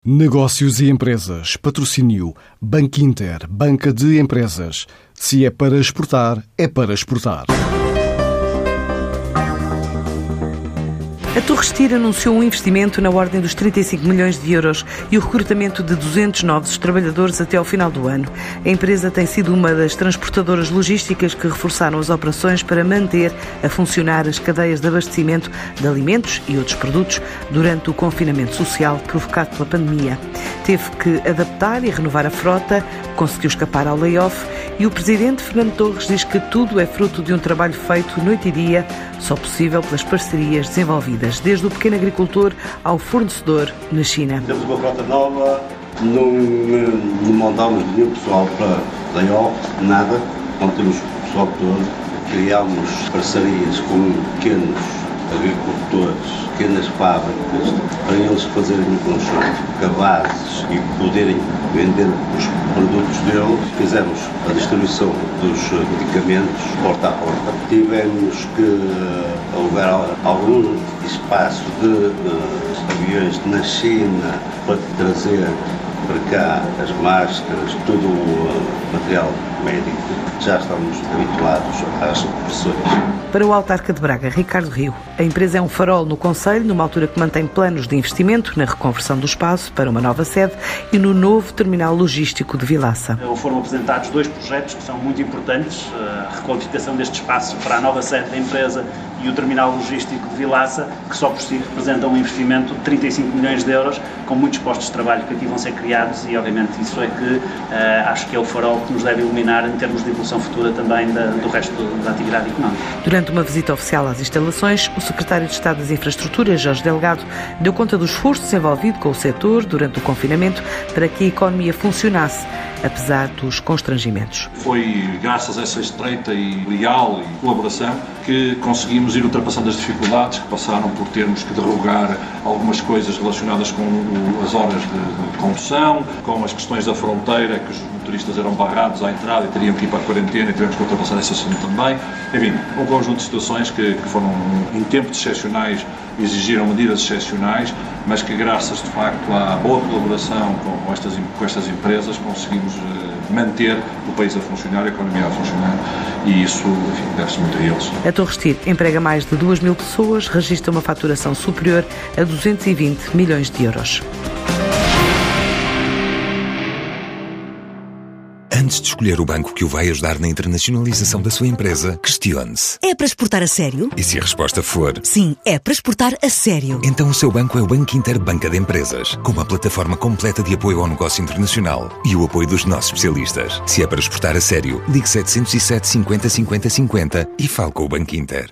Negócios e empresas. Patrocínio Banco Inter, banca de empresas. Se é para exportar, é para exportar. A Torre Steyr anunciou um investimento na ordem dos 35 milhões de euros e o recrutamento de 200 novos trabalhadores até ao final do ano. A empresa tem sido uma das transportadoras logísticas que reforçaram as operações para manter a funcionar as cadeias de abastecimento de alimentos e outros produtos durante o confinamento social provocado pela pandemia. Teve que adaptar e renovar a frota, conseguiu escapar ao layoff e o presidente Fernando Torres diz que tudo é fruto de um trabalho feito noite e dia, só possível pelas parcerias desenvolvidas, desde o pequeno agricultor ao fornecedor na China. Temos uma frota nova, não mandamos nenhum pessoal para layoff, nada, não temos pessoal todo. Criámos parcerias com pequenos agricultores, pequenas fábricas, para eles fazerem os cabazes e poderem vender os produtos deles. Fizemos a distribuição dos medicamentos porta a porta. Tivemos que alugar algum espaço de aviões na China para trazer para cá as máscaras, todo o material médico. Já estamos habituados às pressões. Para o autarca de Braga, Ricardo Rio, a empresa é um farol no concelho, numa altura que mantém planos de investimento na reconversão do espaço para uma nova sede e no novo terminal logístico de Vilaça. Foram apresentados dois projetos que são muito importantes, a requalificação deste espaço para a nova sede da empresa e o terminal logístico de Vilaça, que só por si representam um investimento de 35 milhões de euros, com muitos postos de trabalho que aqui vão ser criados e, obviamente, isso é que acho que é o farol que nos deve iluminar em termos de evolução futura também do resto da atividade económica. Durante uma visita oficial às instalações, o secretário de Estado das Infraestruturas, Jorge Delgado, deu conta do esforço desenvolvido com o setor durante o confinamento para que a economia funcionasse, apesar dos constrangimentos. Foi graças a essa estreita e leal colaboração que conseguimos ir ultrapassando as dificuldades que passaram por termos que derrogar algumas coisas relacionadas com as horas de condução, com as questões da fronteira, que os motoristas eram barrados à entrada e teriam que ir para a quarentena e tivemos que ultrapassar esse assunto também. Enfim, um conjunto de situações que foram, em tempos excepcionais, exigiram medidas excepcionais, mas que graças, de facto, à boa colaboração com estas empresas, conseguimos manter o país a funcionar, a economia a funcionar, e isso, enfim, deve-se muito a eles. A Torre Steyr emprega mais de 2.000 pessoas, registra uma faturação superior a 220 milhões de euros. Antes de escolher o banco que o vai ajudar na internacionalização da sua empresa, questione-se. É para exportar a sério? E se a resposta for... Sim, é para exportar a sério. Então o seu banco é o Banco Inter Banca de Empresas, com uma plataforma completa de apoio ao negócio internacional e o apoio dos nossos especialistas. Se é para exportar a sério, ligue 707 50 50 50 e fale com o Banco Inter.